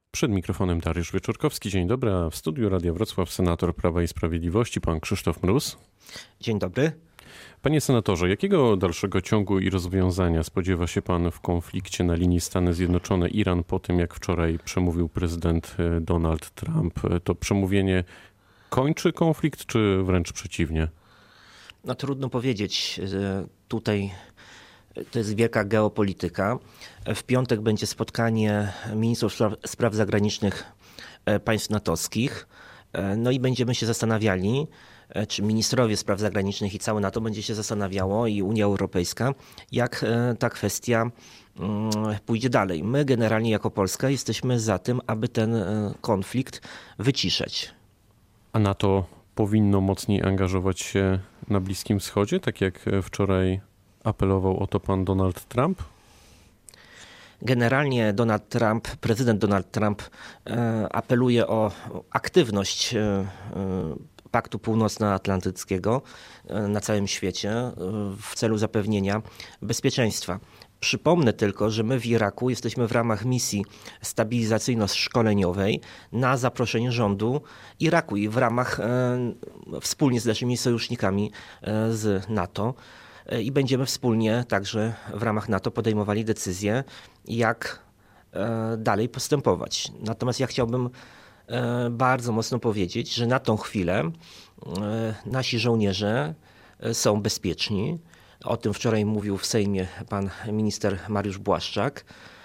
Przed mikrofonem Dariusz Wieczorkowski. Dzień dobry, a w studiu Radia Wrocław senator Prawa i Sprawiedliwości, pan Krzysztof Mróz. Dzień dobry. Panie senatorze, jakiego dalszego ciągu i rozwiązania spodziewa się pan w konflikcie na linii Stany Zjednoczone-Iran po tym, jak wczoraj przemówił prezydent Donald Trump? To przemówienie kończy konflikt, czy wręcz przeciwnie? No trudno powiedzieć. Tutaj to jest wielka geopolityka. W piątek będzie spotkanie ministrów spraw zagranicznych państw natowskich. No i będziemy się zastanawiali, czy ministrowie spraw zagranicznych i całe NATO będzie się zastanawiało i Unia Europejska, jak ta kwestia pójdzie dalej. My generalnie jako Polska jesteśmy za tym, aby ten konflikt wyciszać. A NATO powinno mocniej angażować się na Bliskim Wschodzie, tak jak wczoraj apelował o to pan Donald Trump? Generalnie prezydent Donald Trump apeluje o aktywność Paktu Północnoatlantyckiego na całym świecie w celu zapewnienia bezpieczeństwa. Przypomnę tylko, że my w Iraku jesteśmy w ramach misji stabilizacyjno-szkoleniowej na zaproszenie rządu Iraku i w ramach wspólnie z naszymi sojusznikami z NATO. I będziemy wspólnie także w ramach NATO podejmowali decyzje, jak dalej postępować. Natomiast ja chciałbym bardzo mocno powiedzieć, że na tą chwilę nasi żołnierze są bezpieczni. O tym wczoraj mówił w Sejmie pan minister Mariusz Błaszczak.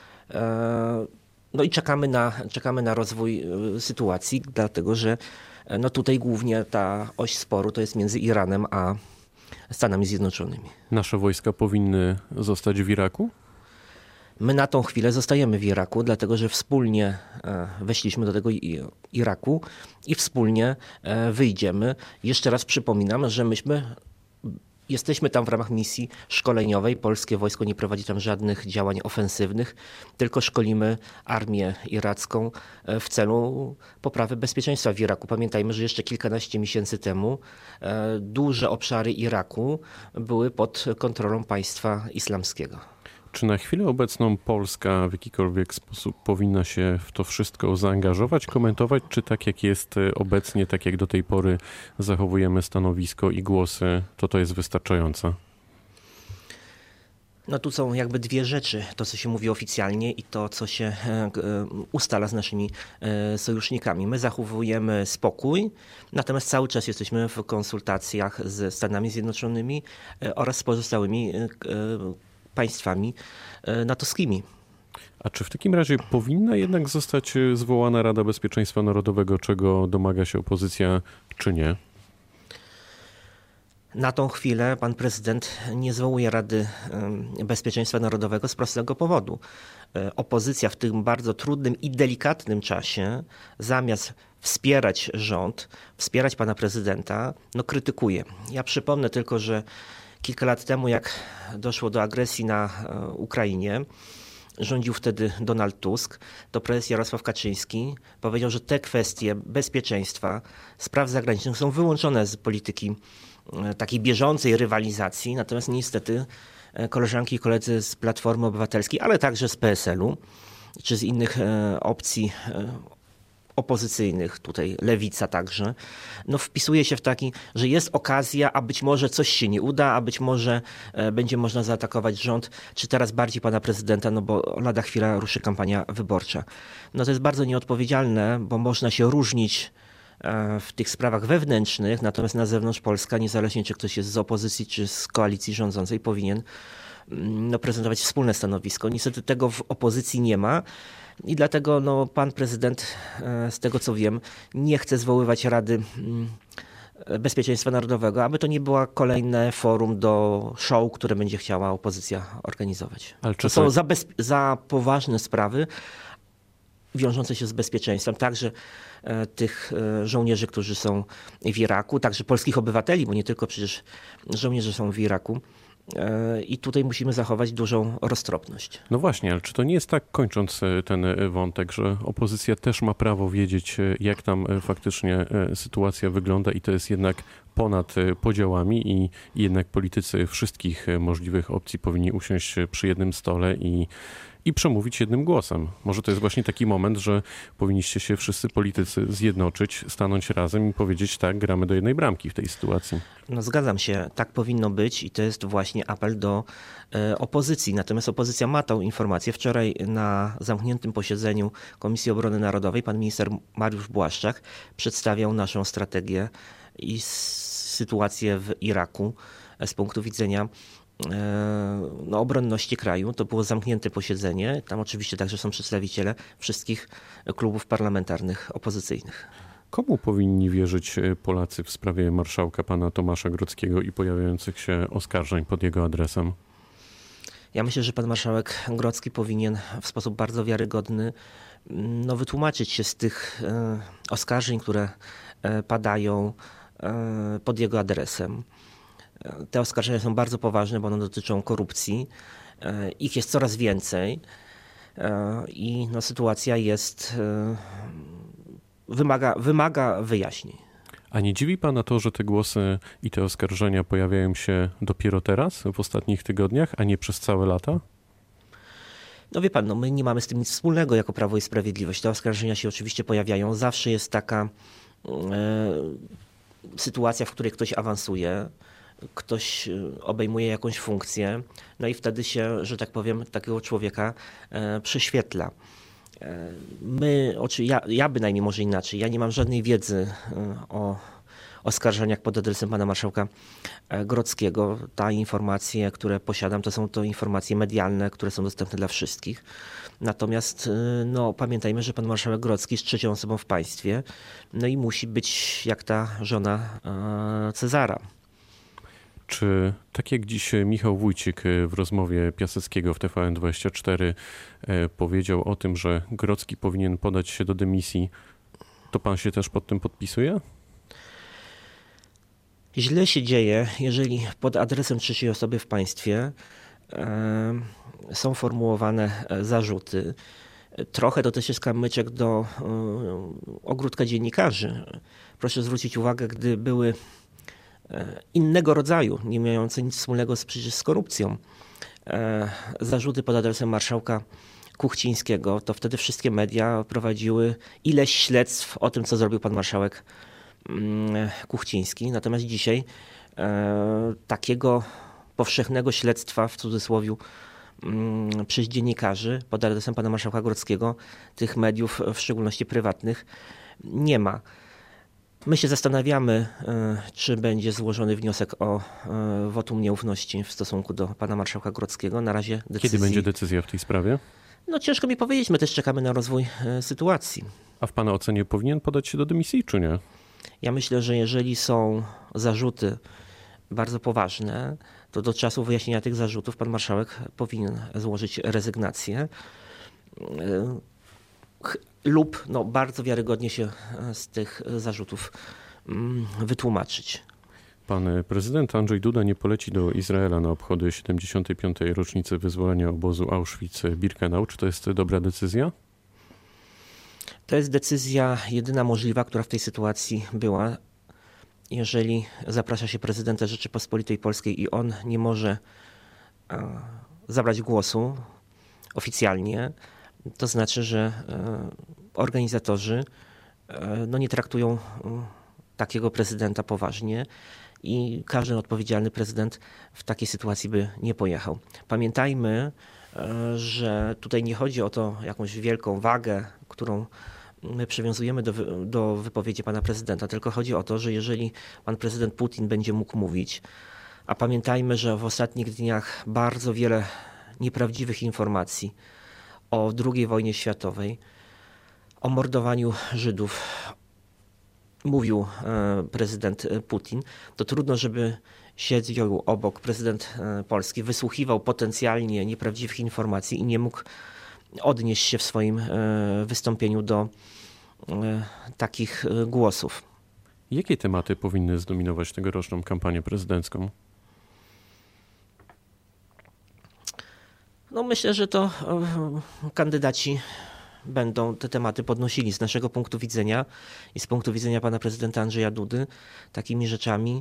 No i czekamy na rozwój sytuacji, dlatego że no tutaj głównie ta oś sporu to jest między Iranem a Stanami Zjednoczonymi. Nasze wojska powinny zostać w Iraku? My na tą chwilę zostajemy w Iraku, dlatego że wspólnie weszliśmy do tego Iraku i wspólnie wyjdziemy. Jeszcze raz przypominam, że jesteśmy tam w ramach misji szkoleniowej. Polskie wojsko nie prowadzi tam żadnych działań ofensywnych, tylko szkolimy armię iracką w celu poprawy bezpieczeństwa w Iraku. Pamiętajmy, że jeszcze kilkanaście miesięcy temu duże obszary Iraku były pod kontrolą państwa islamskiego. Czy na chwilę obecną Polska w jakikolwiek sposób powinna się w to wszystko zaangażować, komentować, czy tak jak jest obecnie, tak jak do tej pory zachowujemy stanowisko i głosy, to jest wystarczające? No tu są jakby dwie rzeczy, to co się mówi oficjalnie i to co się ustala z naszymi sojusznikami. My zachowujemy spokój, natomiast cały czas jesteśmy w konsultacjach ze Stanami Zjednoczonymi oraz z pozostałymi państwami natowskimi. A czy w takim razie powinna jednak zostać zwołana Rada Bezpieczeństwa Narodowego, czego domaga się opozycja, czy nie? Na tą chwilę pan prezydent nie zwołuje Rady Bezpieczeństwa Narodowego z prostego powodu. Opozycja w tym bardzo trudnym i delikatnym czasie, zamiast wspierać rząd, wspierać pana prezydenta, krytykuje. Ja przypomnę tylko, że kilka lat temu, jak doszło do agresji na Ukrainie, rządził wtedy Donald Tusk, to prezes Jarosław Kaczyński powiedział, że te kwestie bezpieczeństwa, spraw zagranicznych są wyłączone z polityki takiej bieżącej rywalizacji. Natomiast niestety koleżanki i koledzy z Platformy Obywatelskiej, ale także z PSL-u, czy z innych opcji opozycyjnych, tutaj Lewica także, wpisuje się w taki, że jest okazja, a być może coś się nie uda, a być może będzie można zaatakować rząd, czy teraz bardziej pana prezydenta, bo lada chwila ruszy kampania wyborcza. To jest bardzo nieodpowiedzialne, bo można się różnić w tych sprawach wewnętrznych, natomiast na zewnątrz Polska, niezależnie czy ktoś jest z opozycji, czy z koalicji rządzącej, powinien prezentować wspólne stanowisko. Niestety tego w opozycji nie ma. I dlatego pan prezydent, z tego co wiem, nie chce zwoływać Rady Bezpieczeństwa Narodowego, aby to nie było kolejne forum do show, które będzie chciała opozycja organizować. Ale to są za poważne sprawy wiążące się z bezpieczeństwem, także tych żołnierzy, którzy są w Iraku, także polskich obywateli, bo nie tylko przecież żołnierze są w Iraku. I tutaj musimy zachować dużą roztropność. No właśnie, ale czy to nie jest tak, kończąc ten wątek, że opozycja też ma prawo wiedzieć, jak tam faktycznie sytuacja wygląda i to jest jednak ponad podziałami i jednak politycy wszystkich możliwych opcji powinni usiąść przy jednym stole i przemówić jednym głosem. Może to jest właśnie taki moment, że powinniście się wszyscy politycy zjednoczyć, stanąć razem i powiedzieć tak, gramy do jednej bramki w tej sytuacji. No zgadzam się, tak powinno być i to jest właśnie apel do opozycji. Natomiast opozycja ma tą informację. Wczoraj na zamkniętym posiedzeniu Komisji Obrony Narodowej pan minister Mariusz Błaszczak przedstawiał naszą strategię i sytuację w Iraku z punktu widzenia obronności kraju. To było zamknięte posiedzenie. Tam oczywiście także są przedstawiciele wszystkich klubów parlamentarnych opozycyjnych. Komu powinni wierzyć Polacy w sprawie marszałka pana Tomasza Grodzkiego i pojawiających się oskarżeń pod jego adresem? Ja myślę, że pan marszałek Grodzki powinien w sposób bardzo wiarygodny wytłumaczyć się z tych oskarżeń, które padają pod jego adresem. Te oskarżenia są bardzo poważne, bo one dotyczą korupcji. Ich jest coraz więcej i sytuacja jest, wymaga wyjaśnień. A nie dziwi pana to, że te głosy i te oskarżenia pojawiają się dopiero teraz, w ostatnich tygodniach, a nie przez całe lata? No wie pan, my nie mamy z tym nic wspólnego jako Prawo i Sprawiedliwość. Te oskarżenia się oczywiście pojawiają. Zawsze jest taka sytuacja, w której ktoś awansuje, ktoś obejmuje jakąś funkcję, no i wtedy się, że tak powiem, takiego człowieka prześwietla. Ja bynajmniej może inaczej, ja nie mam żadnej wiedzy o oskarżeniach pod adresem pana marszałka Grodzkiego. Te informacje, które posiadam, to informacje medialne, które są dostępne dla wszystkich. Natomiast pamiętajmy, że pan marszałek Grodzki jest trzecią osobą w państwie, no i musi być jak ta żona Cezara. Czy tak jak dziś Michał Wójcik w rozmowie Piaseckiego w TVN24 powiedział o tym, że Grodzki powinien podać się do dymisji, to pan się też pod tym podpisuje? Źle się dzieje, jeżeli pod adresem trzeciej osoby w państwie są formułowane zarzuty. Trochę to też jest kamyczek do ogródka dziennikarzy. Proszę zwrócić uwagę, gdy były innego rodzaju, nie mające nic wspólnego przecież z korupcją, zarzuty pod adresem marszałka Kuchcińskiego, to wtedy wszystkie media prowadziły ileś śledztw o tym, co zrobił pan marszałek Kuchciński. Natomiast dzisiaj takiego powszechnego śledztwa, w cudzysłowie, przez dziennikarzy pod adresem pana marszałka Grodzkiego, tych mediów, w szczególności prywatnych, nie ma. My się zastanawiamy, czy będzie złożony wniosek o wotum nieufności w stosunku do pana marszałka Grodzkiego. Na razie decyzji... Kiedy będzie decyzja w tej sprawie? Ciężko mi powiedzieć, my też czekamy na rozwój sytuacji. A w pana ocenie powinien podać się do dymisji, czy nie? Ja myślę, że jeżeli są zarzuty bardzo poważne, to do czasu wyjaśnienia tych zarzutów pan marszałek powinien złożyć rezygnację lub bardzo wiarygodnie się z tych zarzutów wytłumaczyć. Pan prezydent Andrzej Duda nie poleci do Izraela na obchody 75. rocznicy wyzwolenia obozu Auschwitz-Birkenau. Czy to jest dobra decyzja? To jest decyzja jedyna możliwa, która w tej sytuacji była. Jeżeli zaprasza się prezydenta Rzeczypospolitej Polskiej i on nie może zabrać głosu oficjalnie, to znaczy, że organizatorzy nie traktują takiego prezydenta poważnie i każdy odpowiedzialny prezydent w takiej sytuacji by nie pojechał. Pamiętajmy, że tutaj nie chodzi o to jakąś wielką wagę, którą my przywiązujemy do wypowiedzi pana prezydenta, tylko chodzi o to, że jeżeli pan prezydent Putin będzie mógł mówić, a pamiętajmy, że w ostatnich dniach bardzo wiele nieprawdziwych informacji o II wojnie światowej, o mordowaniu Żydów mówił prezydent Putin, to trudno, żeby siedział obok prezydent Polski, wysłuchiwał potencjalnie nieprawdziwych informacji i nie mógł odnieść się w swoim wystąpieniu do takich głosów. Jakie tematy powinny zdominować tegoroczną kampanię prezydencką? Myślę, że to kandydaci będą te tematy podnosili z naszego punktu widzenia i z punktu widzenia pana prezydenta Andrzeja Dudy takimi rzeczami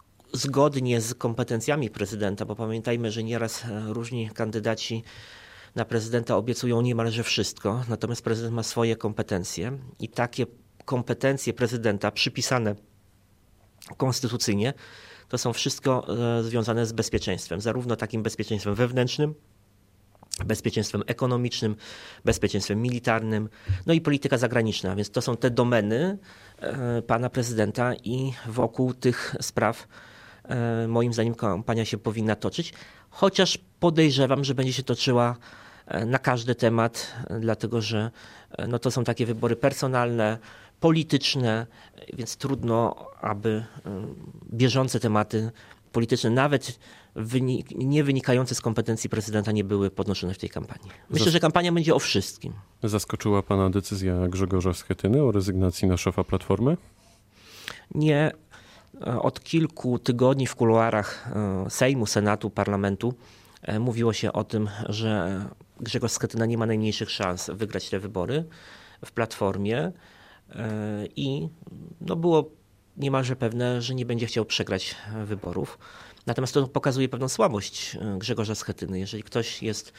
zgodnie z kompetencjami prezydenta, bo pamiętajmy, że nieraz różni kandydaci na prezydenta obiecują niemalże wszystko, natomiast prezydent ma swoje kompetencje i takie kompetencje prezydenta przypisane konstytucyjnie to są wszystko związane z bezpieczeństwem, zarówno takim bezpieczeństwem wewnętrznym, bezpieczeństwem ekonomicznym, bezpieczeństwem militarnym, no i polityka zagraniczna, więc to są te domeny pana prezydenta i wokół tych spraw moim zdaniem kampania się powinna toczyć, chociaż podejrzewam, że będzie się toczyła na każdy temat, dlatego że no to są takie wybory personalne, polityczne, więc trudno, aby bieżące tematy polityczne, nawet nie wynikające z kompetencji prezydenta, nie były podnoszone w tej kampanii. Myślę, że kampania będzie o wszystkim. Zaskoczyła pana decyzja Grzegorza Schetyny o rezygnacji na szefa Platformy? Nie. Od kilku tygodni w kuluarach Sejmu, Senatu, Parlamentu mówiło się o tym, że Grzegorz Schetyna nie ma najmniejszych szans wygrać te wybory w Platformie i no było niemalże pewne, że nie będzie chciał przegrać wyborów. Natomiast to pokazuje pewną słabość Grzegorza Schetyny. Jeżeli ktoś jest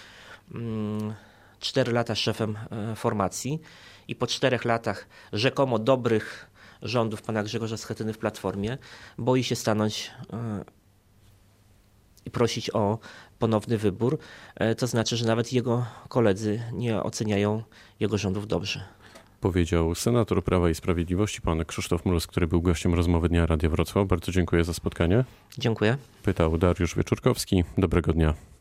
4 lata szefem formacji i po 4 latach rzekomo dobrych rządów pana Grzegorza Schetyny w Platformie boi się stanąć i prosić o ponowny wybór, to znaczy, że nawet jego koledzy nie oceniają jego rządów dobrze. Powiedział senator Prawa i Sprawiedliwości, pan Krzysztof Mróz, który był gościem rozmowy Dnia Radia Wrocław. Bardzo dziękuję za spotkanie. Dziękuję. Pytał Dariusz Wieczorkowski. Dobrego dnia.